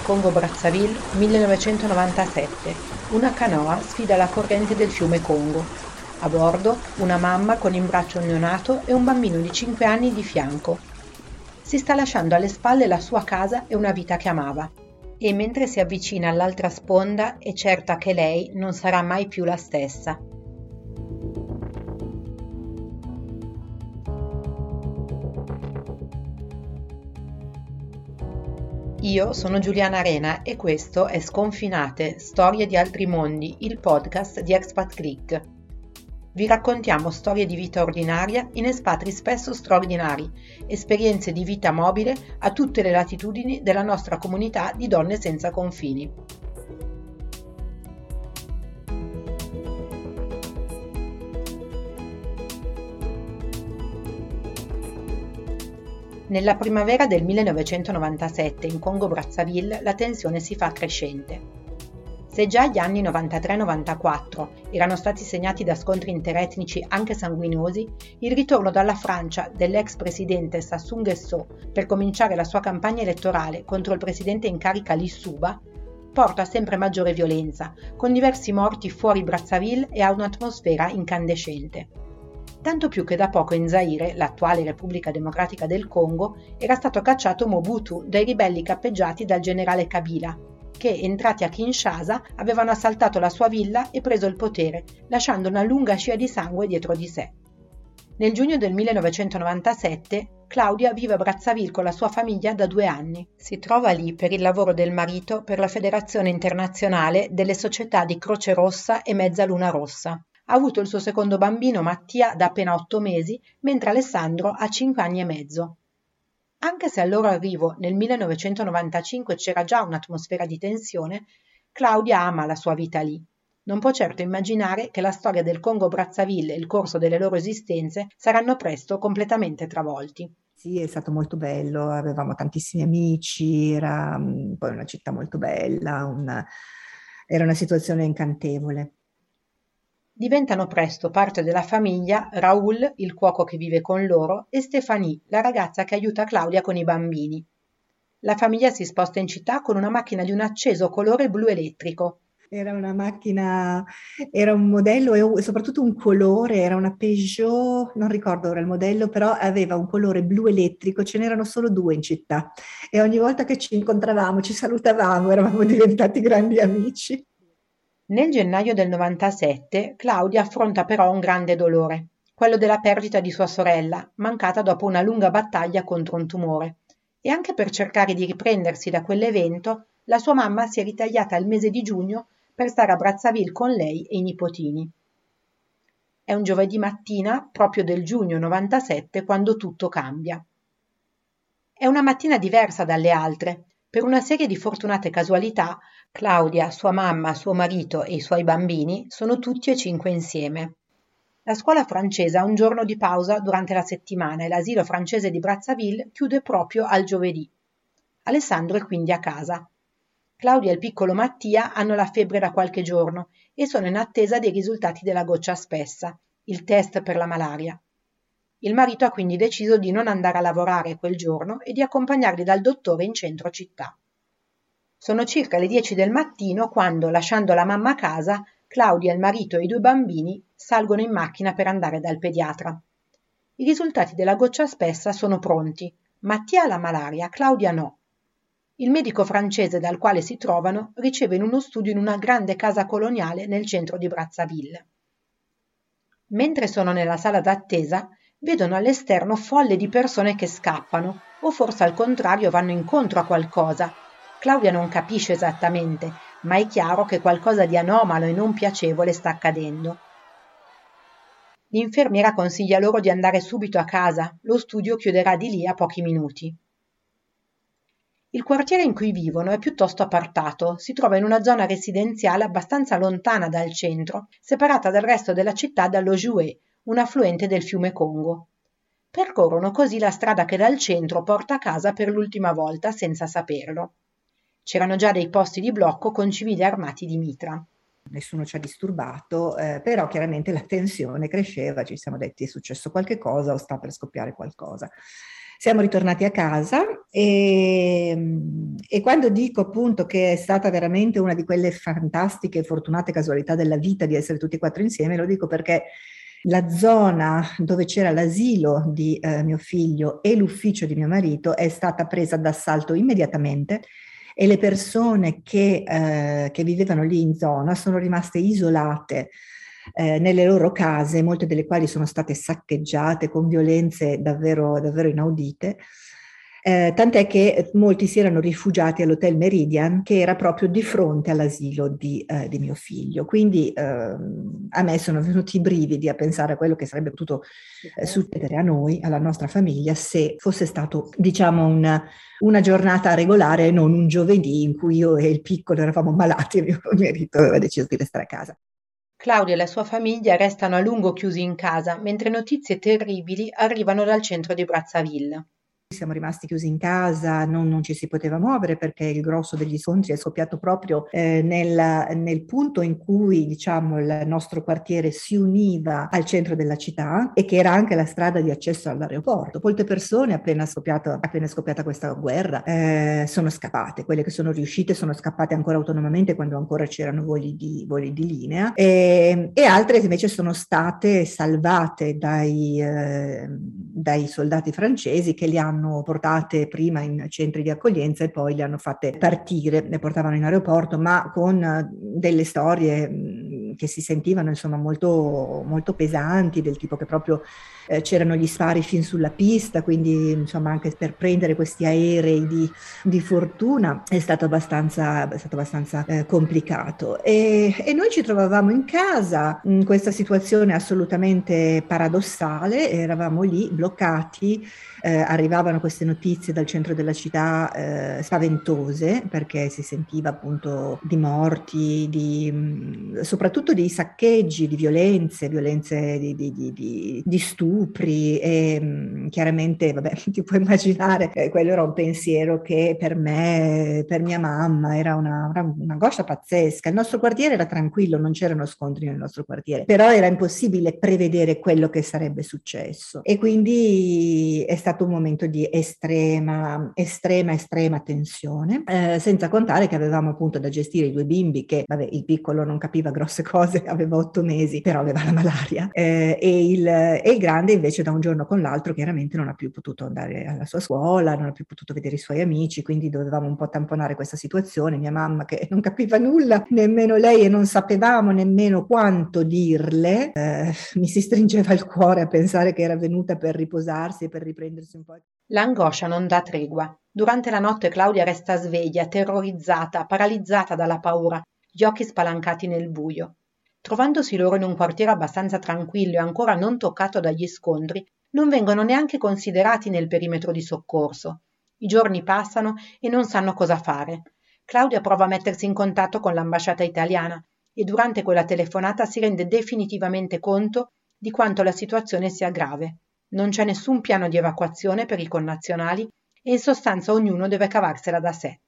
Congo-Brazzaville, 1997. Una canoa sfida la corrente del fiume Congo. A bordo, una mamma con in braccio un neonato e un bambino di 5 anni di fianco. Si sta lasciando alle spalle la sua casa e una vita che amava. E mentre si avvicina all'altra sponda è certa che lei non sarà mai più la stessa. Io sono Giuliana Arena e questo è Sconfinate, Storie di altri mondi, il podcast di Expat Click. Vi raccontiamo storie di vita ordinaria in espatri spesso straordinari, esperienze di vita mobile a tutte le latitudini della nostra comunità di donne senza confini. Nella primavera del 1997 in Congo-Brazzaville la tensione si fa crescente. Se già gli anni 93-94 erano stati segnati da scontri interetnici anche sanguinosi, il ritorno dalla Francia dell'ex presidente Sassou Nguesso per cominciare la sua campagna elettorale contro il presidente in carica Lissouba porta a sempre maggiore violenza, con diversi morti fuori Brazzaville e a un'atmosfera incandescente. Tanto più che da poco in Zaire, l'attuale Repubblica Democratica del Congo, era stato cacciato Mobutu dai ribelli cappeggiati dal generale Kabila, che, entrati a Kinshasa, avevano assaltato la sua villa e preso il potere, lasciando una lunga scia di sangue dietro di sé. Nel giugno del 1997, Claudia vive a Brazzaville con la sua famiglia da 2 anni. Si trova lì per il lavoro del marito per la Federazione Internazionale delle Società di Croce Rossa e Mezzaluna Rossa. Ha avuto il suo secondo bambino, Mattia, da appena 8 mesi, mentre Alessandro ha 5 anni e mezzo. Anche se al loro arrivo nel 1995 c'era già un'atmosfera di tensione, Claudia ama la sua vita lì. Non può certo immaginare che la storia del Congo-Brazzaville e il corso delle loro esistenze saranno presto completamente travolti. Sì, è stato molto bello, avevamo tantissimi amici, era poi una città molto bella, era una situazione incantevole. Diventano presto parte della famiglia Raoul, il cuoco che vive con loro, e Stéphanie, la ragazza che aiuta Claudia con i bambini. La famiglia si sposta in città con una macchina di un acceso colore blu elettrico. Era una macchina, era un modello e soprattutto un colore, era una Peugeot, non ricordo ora il modello, però aveva un colore blu elettrico, ce n'erano solo 2 in città e ogni volta che ci incontravamo, ci salutavamo, eravamo diventati grandi amici. Nel gennaio del 97 Claudia affronta però un grande dolore, quello della perdita di sua sorella, mancata dopo una lunga battaglia contro un tumore. E anche per cercare di riprendersi da quell'evento, la sua mamma si è ritagliata il mese di giugno per stare a Brazzaville con lei e i nipotini. È un giovedì mattina, proprio del giugno 97, quando tutto cambia. È una mattina diversa dalle altre. Per una serie di fortunate casualità, Claudia, sua mamma, suo marito e i suoi bambini sono tutti e 5 insieme. La scuola francese ha un giorno di pausa durante la settimana e l'asilo francese di Brazzaville chiude proprio al giovedì. Alessandro è quindi a casa. Claudia e il piccolo Mattia hanno la febbre da qualche giorno e sono in attesa dei risultati della goccia spessa, il test per la malaria. Il marito ha quindi deciso di non andare a lavorare quel giorno e di accompagnarli dal dottore in centro città. Sono circa le 10 del mattino quando, lasciando la mamma a casa, Claudia, il marito e i 2 bambini salgono in macchina per andare dal pediatra. I risultati della goccia spessa sono pronti. Mattia ha la malaria, Claudia no. Il medico francese dal quale si trovano riceve in uno studio in una grande casa coloniale nel centro di Brazzaville. Mentre sono nella sala d'attesa, vedono all'esterno folle di persone che scappano, o forse al contrario vanno incontro a qualcosa. Claudia non capisce esattamente, ma è chiaro che qualcosa di anomalo e non piacevole sta accadendo. L'infermiera consiglia loro di andare subito a casa, lo studio chiuderà di lì a pochi minuti. Il quartiere in cui vivono è piuttosto appartato, si trova in una zona residenziale abbastanza lontana dal centro, separata dal resto della città dallo Joué, un affluente del fiume Congo. Percorrono così la strada che dal centro porta a casa per l'ultima volta senza saperlo. C'erano già dei posti di blocco con civili armati di mitra. Nessuno ci ha disturbato, però chiaramente la tensione cresceva, ci siamo detti è successo qualche cosa o sta per scoppiare qualcosa. Siamo ritornati a casa e E quando dico appunto che è stata veramente una di quelle fantastiche e fortunate casualità della vita di essere tutti e quattro insieme, lo dico perché la zona dove c'era l'asilo di mio figlio e l'ufficio di mio marito è stata presa d'assalto immediatamente e le persone che vivevano lì in zona sono rimaste isolate nelle loro case, molte delle quali sono state saccheggiate con violenze davvero, davvero inaudite. Tant'è che molti si erano rifugiati all'Hotel Meridian, che era proprio di fronte all'asilo di mio figlio. Quindi a me sono venuti i brividi a pensare a quello che sarebbe potuto succedere a noi, alla nostra famiglia, se fosse stato, diciamo, una giornata regolare e non un giovedì in cui io e il piccolo eravamo malati e mio marito aveva deciso di restare a casa. Claudia e la sua famiglia restano a lungo chiusi in casa, mentre notizie terribili arrivano dal centro di Brazzaville. Siamo rimasti chiusi in casa, non ci si poteva muovere perché il grosso degli scontri è scoppiato proprio nel punto in cui, diciamo, il nostro quartiere si univa al centro della città e che era anche la strada di accesso all'aeroporto. Molte persone, appena scoppiata questa guerra, sono scappate. Quelle che sono riuscite sono scappate ancora autonomamente quando ancora c'erano voli di linea e altre invece sono state salvate dai soldati francesi che li hanno portate prima in centri di accoglienza e poi le hanno fatte partire, le portavano in aeroporto, ma con delle storie che si sentivano insomma molto, molto pesanti, del tipo che proprio c'erano gli spari fin sulla pista, quindi insomma anche per prendere questi aerei di fortuna è stato abbastanza complicato. E noi ci trovavamo in casa in questa situazione assolutamente paradossale, eravamo lì bloccati. Arrivavano queste notizie dal centro della città spaventose perché si sentiva appunto di morti, soprattutto di saccheggi, di violenze di stupri e chiaramente, vabbè, ti puoi immaginare, quello era un pensiero che per me, per mia mamma, era un'angoscia pazzesca. Il nostro quartiere era tranquillo, non c'erano scontri nel nostro quartiere, però era impossibile prevedere quello che sarebbe successo e quindi è stato un momento di estrema tensione, senza contare che avevamo appunto da gestire i due bimbi che, vabbè, il piccolo non capiva grosse cose, aveva 8 mesi, però aveva la malaria, e il grande invece da un giorno con l'altro chiaramente non ha più potuto andare alla sua scuola, non ha più potuto vedere i suoi amici, quindi dovevamo un po' tamponare questa situazione. Mia mamma che non capiva nulla, nemmeno lei, e non sapevamo nemmeno quanto dirle, mi si stringeva il cuore a pensare che era venuta per riposarsi e per riprendersi un po'. L'angoscia non dà tregua. Durante la notte Claudia resta sveglia, terrorizzata, paralizzata dalla paura, gli occhi spalancati nel buio. Trovandosi loro in un quartiere abbastanza tranquillo e ancora non toccato dagli scontri, non vengono neanche considerati nel perimetro di soccorso. I giorni passano e non sanno cosa fare. Claudia prova a mettersi in contatto con l'ambasciata italiana e durante quella telefonata si rende definitivamente conto di quanto la situazione sia grave. Non c'è nessun piano di evacuazione per i connazionali e in sostanza ognuno deve cavarsela da sé.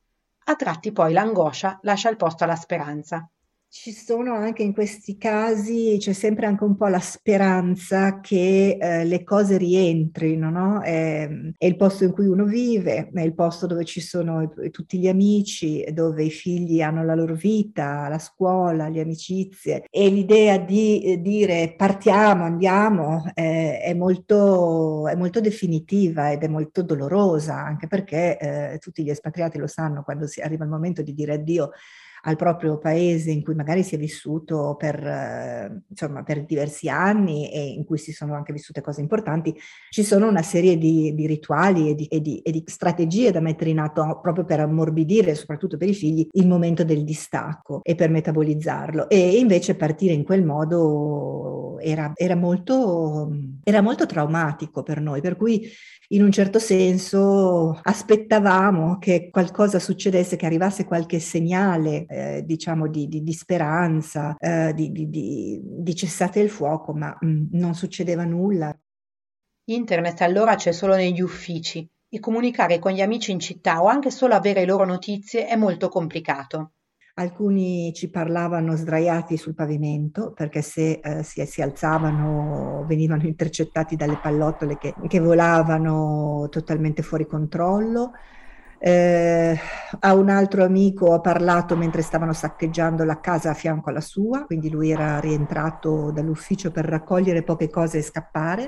A tratti poi l'angoscia lascia il posto alla speranza. Ci sono anche in questi casi, c'è sempre anche un po' la speranza che le cose rientrino, no? È il posto in cui uno vive, è il posto dove ci sono tutti gli amici, dove i figli hanno la loro vita, la scuola, le amicizie, e l'idea di dire partiamo, andiamo, è molto definitiva ed è molto dolorosa, anche perché tutti gli espatriati lo sanno, quando si arriva il momento di dire addio al proprio paese in cui magari si è vissuto insomma, per diversi anni e in cui si sono anche vissute cose importanti, ci sono una serie di rituali e di strategie da mettere in atto proprio per ammorbidire, soprattutto per i figli, il momento del distacco e per metabolizzarlo. E invece partire in quel modo era molto traumatico per noi, per cui in un certo senso aspettavamo che qualcosa succedesse, che arrivasse qualche segnale, diciamo, di speranza, di cessate il fuoco, ma non succedeva nulla. Internet allora c'è solo negli uffici e comunicare con gli amici in città o anche solo avere loro notizie è molto complicato. Alcuni ci parlavano sdraiati sul pavimento perché se si alzavano venivano intercettati dalle pallottole che volavano totalmente fuori controllo. A un altro amico ho parlato mentre stavano saccheggiando la casa a fianco alla sua, quindi lui era rientrato dall'ufficio per raccogliere poche cose e scappare.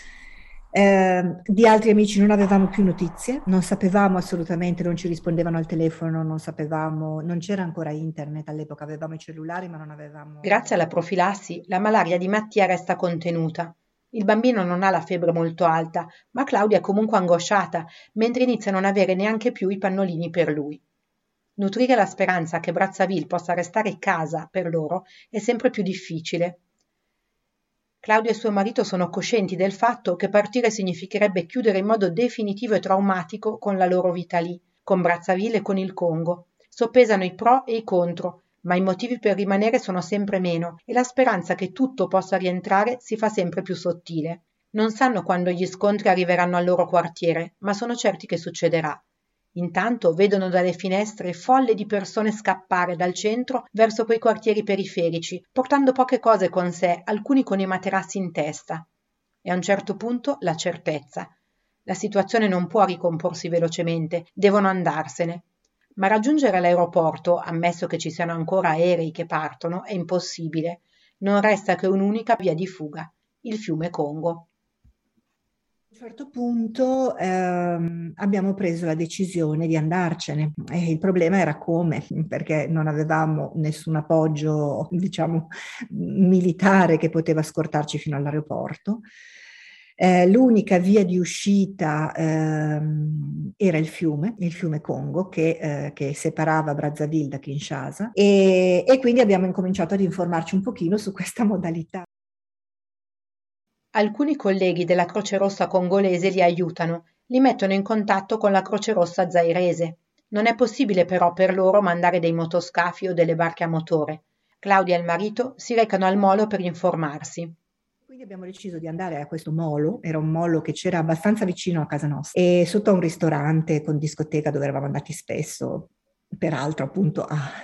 Di altri amici non avevamo più notizie, non sapevamo assolutamente, non ci rispondevano al telefono, non sapevamo, non c'era ancora internet all'epoca, avevamo i cellulari ma non avevamo... Grazie alla profilassi, la malaria di Mattia resta contenuta. Il bambino non ha la febbre molto alta, ma Claudia è comunque angosciata, mentre inizia a non avere neanche più i pannolini per lui. Nutrire la speranza che Brazzaville possa restare in casa per loro è sempre più difficile. Claudia e suo marito sono coscienti del fatto che partire significherebbe chiudere in modo definitivo e traumatico con la loro vita lì, con Brazzaville e con il Congo. Soppesano i pro e i contro, ma i motivi per rimanere sono sempre meno e la speranza che tutto possa rientrare si fa sempre più sottile. Non sanno quando gli scontri arriveranno al loro quartiere, ma sono certi che succederà. Intanto vedono dalle finestre folle di persone scappare dal centro verso quei quartieri periferici, portando poche cose con sé, alcuni con i materassi in testa. E a un certo punto la certezza. La situazione non può ricomporsi velocemente, devono andarsene. Ma raggiungere l'aeroporto, ammesso che ci siano ancora aerei che partono, è impossibile. Non resta che un'unica via di fuga, il fiume Congo. A un certo punto abbiamo preso la decisione di andarcene e il problema era come, perché non avevamo nessun appoggio, diciamo, militare che poteva scortarci fino all'aeroporto. L'unica via di uscita era il fiume Congo che separava Brazzaville da Kinshasa e quindi abbiamo incominciato ad informarci un pochino su questa modalità. Alcuni colleghi della Croce Rossa congolese li aiutano, li mettono in contatto con la Croce Rossa zairese. Non è possibile però per loro mandare dei motoscafi o delle barche a motore. Claudia e il marito si recano al molo per informarsi. Quindi abbiamo deciso di andare a questo molo, era un molo che c'era abbastanza vicino a casa nostra e sotto a un ristorante con discoteca dove eravamo andati spesso, peraltro appunto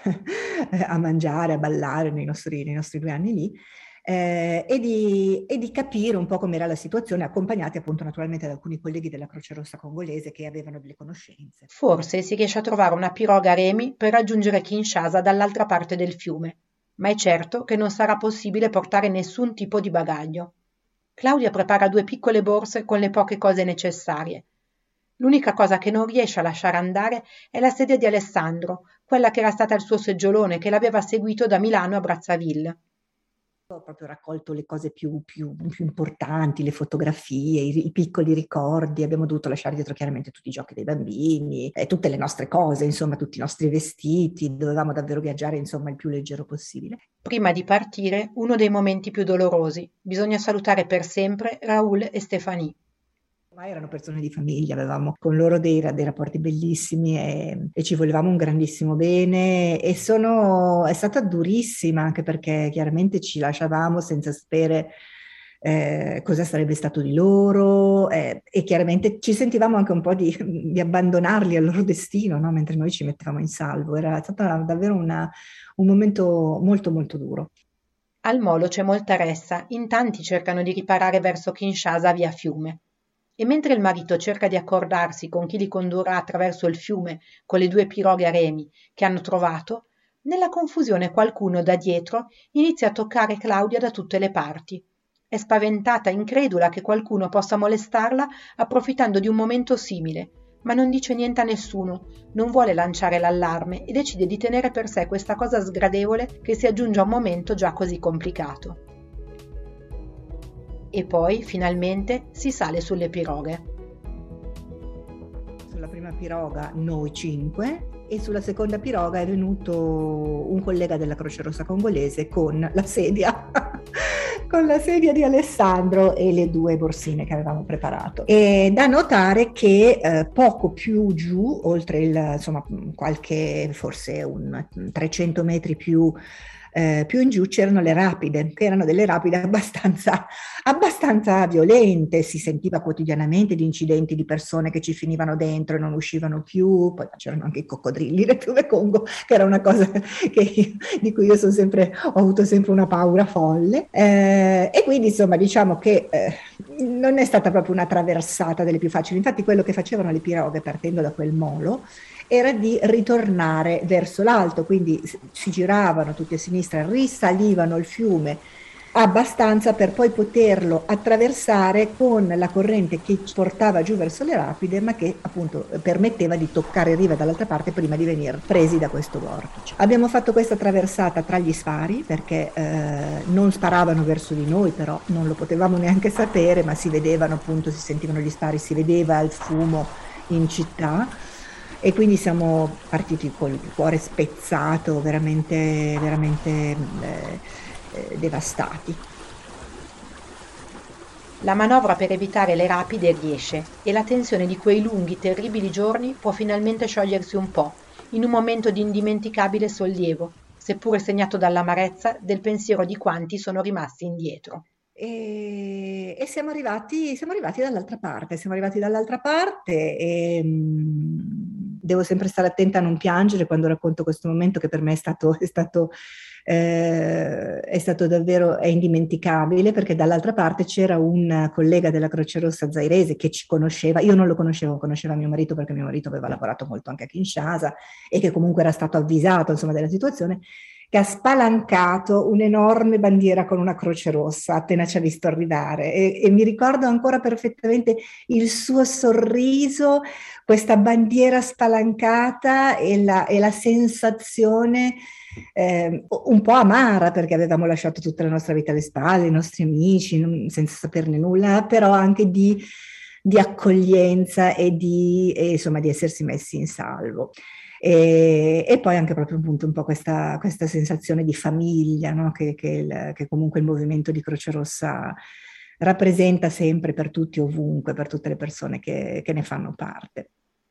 a mangiare, a ballare nei nostri 2 anni lì. E di capire un po' com'era la situazione, accompagnati appunto naturalmente da alcuni colleghi della Croce Rossa congolese che avevano delle conoscenze. Forse si riesce a trovare una piroga a remi per raggiungere Kinshasa dall'altra parte del fiume, ma è certo che non sarà possibile portare nessun tipo di bagaglio. Claudia prepara 2 piccole borse con le poche cose necessarie. L'unica cosa che non riesce a lasciare andare è la sedia di Alessandro, quella che era stata il suo seggiolone che l'aveva seguito da Milano a Brazzaville. Ho proprio raccolto le cose più importanti, le fotografie, i piccoli ricordi, abbiamo dovuto lasciare dietro chiaramente tutti i giochi dei bambini, tutte le nostre cose, insomma tutti i nostri vestiti, dovevamo davvero viaggiare insomma il più leggero possibile. Prima di partire, uno dei momenti più dolorosi, bisogna salutare per sempre Raoul e Stéphanie. Ma erano persone di famiglia, avevamo con loro dei rapporti bellissimi e ci volevamo un grandissimo bene è stata durissima anche perché chiaramente ci lasciavamo senza sapere cosa sarebbe stato di loro e chiaramente ci sentivamo anche un po' di abbandonarli al loro destino, no? Mentre noi ci mettevamo in salvo. Era stato davvero un momento molto molto duro. Al molo c'è molta ressa, in tanti cercano di riparare verso Kinshasa via fiume. E mentre il marito cerca di accordarsi con chi li condurrà attraverso il fiume con le 2 piroghe a remi che hanno trovato, nella confusione qualcuno da dietro inizia a toccare Claudia da tutte le parti. È spaventata, incredula che qualcuno possa molestarla approfittando di un momento simile, ma non dice niente a nessuno, non vuole lanciare l'allarme e decide di tenere per sé questa cosa sgradevole che si aggiunge a un momento già così complicato. E poi, finalmente, si sale sulle piroghe. Sulla prima piroga noi 5 e sulla seconda piroga è venuto un collega della Croce Rossa congolese con la sedia di Alessandro e le 2 borsine che avevamo preparato. E da notare che poco più giù, oltre qualche, forse un 300 metri più più in giù c'erano le rapide, che erano delle rapide abbastanza violente, si sentiva quotidianamente di incidenti di persone che ci finivano dentro e non uscivano più, poi c'erano anche i coccodrilli nel fiume Congo, che era una cosa di cui io ho avuto sempre una paura folle, e quindi insomma diciamo che non è stata proprio una traversata delle più facili, infatti quello che facevano le piroghe partendo da quel molo era di ritornare verso l'alto, quindi si giravano tutti a sinistra, risalivano il fiume abbastanza per poi poterlo attraversare con la corrente che portava giù verso le rapide, ma che appunto permetteva di toccare riva dall'altra parte prima di venire presi da questo vortice. Abbiamo fatto questa traversata tra gli spari perché non sparavano verso di noi, però non lo potevamo neanche sapere, ma si vedevano appunto, si sentivano gli spari, si vedeva il fumo in città. E quindi siamo partiti col cuore spezzato, veramente devastati. La manovra per evitare le rapide riesce e la tensione di quei lunghi, terribili giorni può finalmente sciogliersi un po', in un momento di indimenticabile sollievo, seppure segnato dall'amarezza del pensiero di quanti sono rimasti indietro. E siamo arrivati dall'altra parte e devo sempre stare attenta a non piangere quando racconto questo momento che per me è stato davvero è indimenticabile, perché dall'altra parte c'era un collega della Croce Rossa zairese che ci conosceva, io non lo conoscevo, conosceva mio marito perché mio marito aveva lavorato molto anche a Kinshasa e che comunque era stato avvisato insomma della situazione, che ha spalancato un'enorme bandiera con una croce rossa appena ci ha visto arrivare e mi ricordo ancora perfettamente il suo sorriso, questa bandiera spalancata e la sensazione un po' amara perché avevamo lasciato tutta la nostra vita alle spalle, i nostri amici, senza saperne nulla, però anche di accoglienza insomma di essersi messi in salvo. E poi anche proprio appunto un po' questa sensazione di famiglia, no? Che comunque il movimento di Croce Rossa rappresenta sempre per tutti, ovunque, per tutte le persone che ne fanno parte.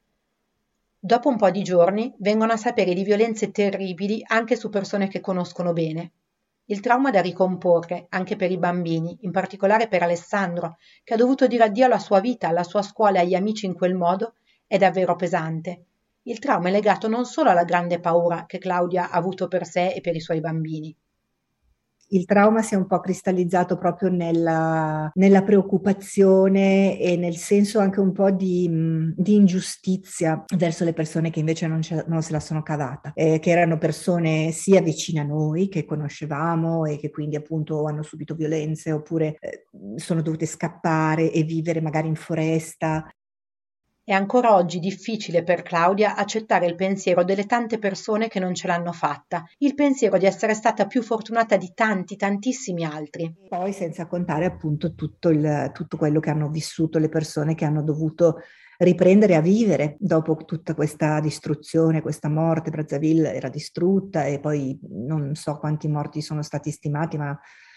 Dopo un po' di giorni vengono a sapere di violenze terribili anche su persone che conoscono bene. Il trauma da ricomporre, anche per i bambini, in particolare per Alessandro, che ha dovuto dire addio alla sua vita, alla sua scuola e agli amici in quel modo, è davvero pesante. Il trauma è legato non solo alla grande paura che Claudia ha avuto per sé e per i suoi bambini. Il trauma si è un po' cristallizzato proprio nella preoccupazione e nel senso anche un po' di ingiustizia verso le persone che invece non se la sono cavata, che erano persone sia vicine a noi, che conoscevamo e che quindi appunto hanno subito violenze oppure sono dovute scappare e vivere magari in foresta. È ancora oggi difficile per Claudia accettare il pensiero delle tante persone che non ce l'hanno fatta, il pensiero di essere stata più fortunata di tanti, tantissimi altri. Poi senza contare appunto tutto quello che hanno vissuto le persone che hanno dovuto riprendere a vivere dopo tutta questa distruzione, questa morte. Brazzaville era distrutta e poi non so quanti morti sono stati stimati, ma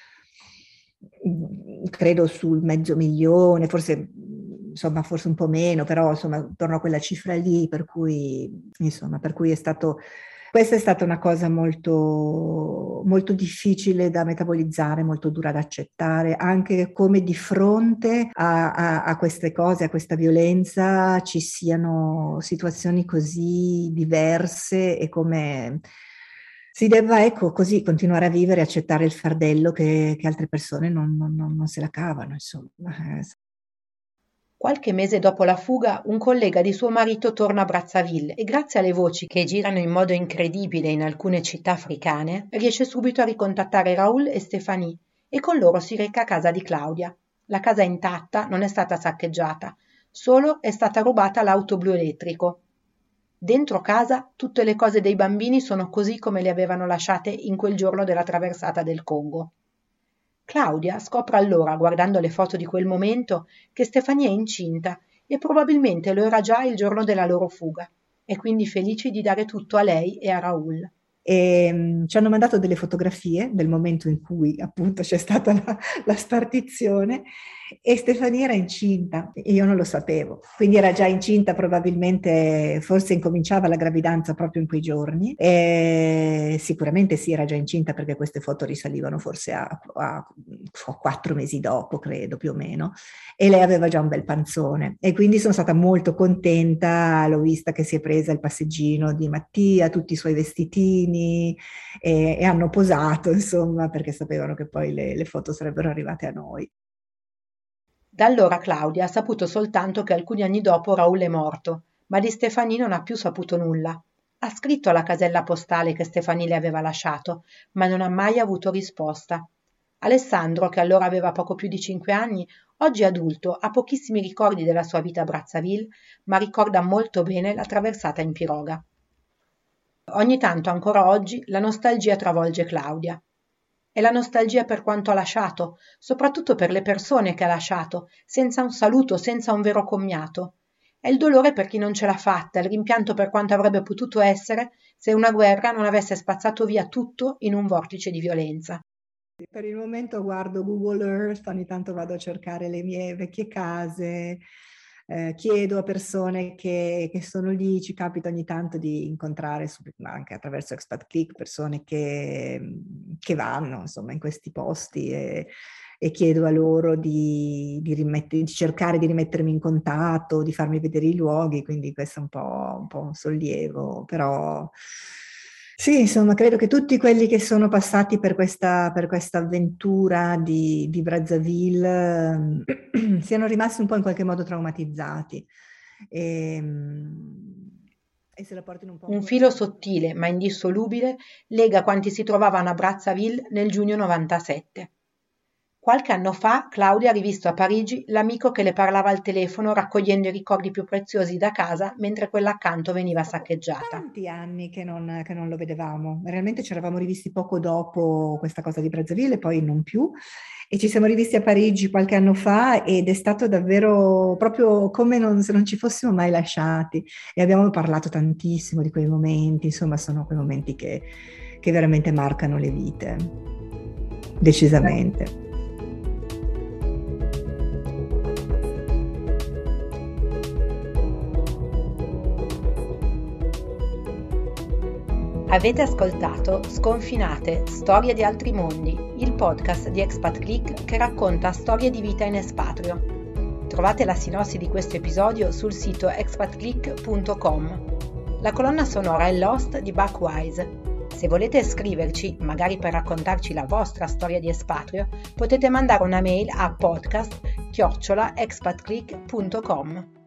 credo sul 500.000, forse insomma forse un po' meno, però insomma attorno a quella cifra lì, per cui questa è stata una cosa molto, molto difficile da metabolizzare, molto dura da accettare, anche come di fronte a queste cose, a questa violenza, ci siano situazioni così diverse e come si debba, ecco, così continuare a vivere e accettare il fardello che altre persone non se la cavano, insomma. Qualche mese dopo la fuga, un collega di suo marito torna a Brazzaville e grazie alle voci che girano in modo incredibile in alcune città africane, riesce subito a ricontattare Raoul e Stéphanie e con loro si reca a casa di Claudia. La casa è intatta, non è stata saccheggiata, solo è stata rubata l'auto blu elettrico. Dentro casa tutte le cose dei bambini sono così come le avevano lasciate in quel giorno della traversata del Congo. Claudia scopre allora, guardando le foto di quel momento, che Stefania è incinta e probabilmente lo era già il giorno della loro fuga. È quindi felice di dare tutto a lei e a Raoul. E ci hanno mandato delle fotografie del momento in cui appunto c'è stata la spartizione e Stefania era incinta e io non lo sapevo, quindi era già incinta probabilmente, forse incominciava la gravidanza proprio in quei giorni e sicuramente sì, era già incinta perché queste foto risalivano forse a 4 mesi dopo, credo più o meno, e lei aveva già un bel panzone e quindi sono stata molto contenta, l'ho vista che si è presa il passeggino di Mattia, tutti i suoi vestitini e hanno posato, insomma, perché sapevano che poi le foto sarebbero arrivate a noi. Da allora Claudia ha saputo soltanto che alcuni anni dopo Raoul è morto, ma di Stéphanie non ha più saputo nulla. Ha scritto alla casella postale che Stéphanie le aveva lasciato, ma non ha mai avuto risposta. Alessandro, che allora aveva poco più di 5 anni, oggi adulto, ha pochissimi ricordi della sua vita a Brazzaville, ma ricorda molto bene la traversata in piroga. Ogni tanto, ancora oggi, la nostalgia travolge Claudia. È la nostalgia per quanto ha lasciato, soprattutto per le persone che ha lasciato, senza un saluto, senza un vero commiato. È il dolore per chi non ce l'ha fatta, il rimpianto per quanto avrebbe potuto essere se una guerra non avesse spazzato via tutto in un vortice di violenza. Per il momento guardo Google Earth, ogni tanto vado a cercare le mie vecchie case, chiedo a persone che sono lì, ci capita ogni tanto di incontrare anche attraverso Expat Click persone che vanno insomma in questi posti e chiedo a loro di cercare di rimettermi in contatto, di farmi vedere i luoghi, quindi questo è un po' un sollievo, però sì, insomma, credo che tutti quelli che sono passati per questa avventura di Brazzaville siano rimasti un po' in qualche modo traumatizzati e, e se la portino un po' Un ancora filo dentro. sottile ma indissolubile lega quanti si trovavano a Brazzaville nel giugno 97. Qualche anno fa Claudia ha rivisto a Parigi l'amico che le parlava al telefono raccogliendo i ricordi più preziosi da casa mentre quella accanto veniva Dopo saccheggiata. tanti anni che non lo vedevamo, realmente ci eravamo rivisti poco dopo questa cosa di Brazzaville, poi non più, e ci siamo rivisti a Parigi qualche anno fa ed è stato davvero proprio come se non ci fossimo mai lasciati e abbiamo parlato tantissimo di quei momenti, insomma sono quei momenti che veramente marcano le vite, decisamente. Avete ascoltato Sconfinate, Storie di altri mondi, il podcast di Expat Click che racconta storie di vita in espatrio. Trovate la sinossi di questo episodio sul sito expatclick.com. La colonna sonora è Lost di Buckwise. Se volete scriverci, magari per raccontarci la vostra storia di espatrio, potete mandare una mail a podcast@expatclick.com.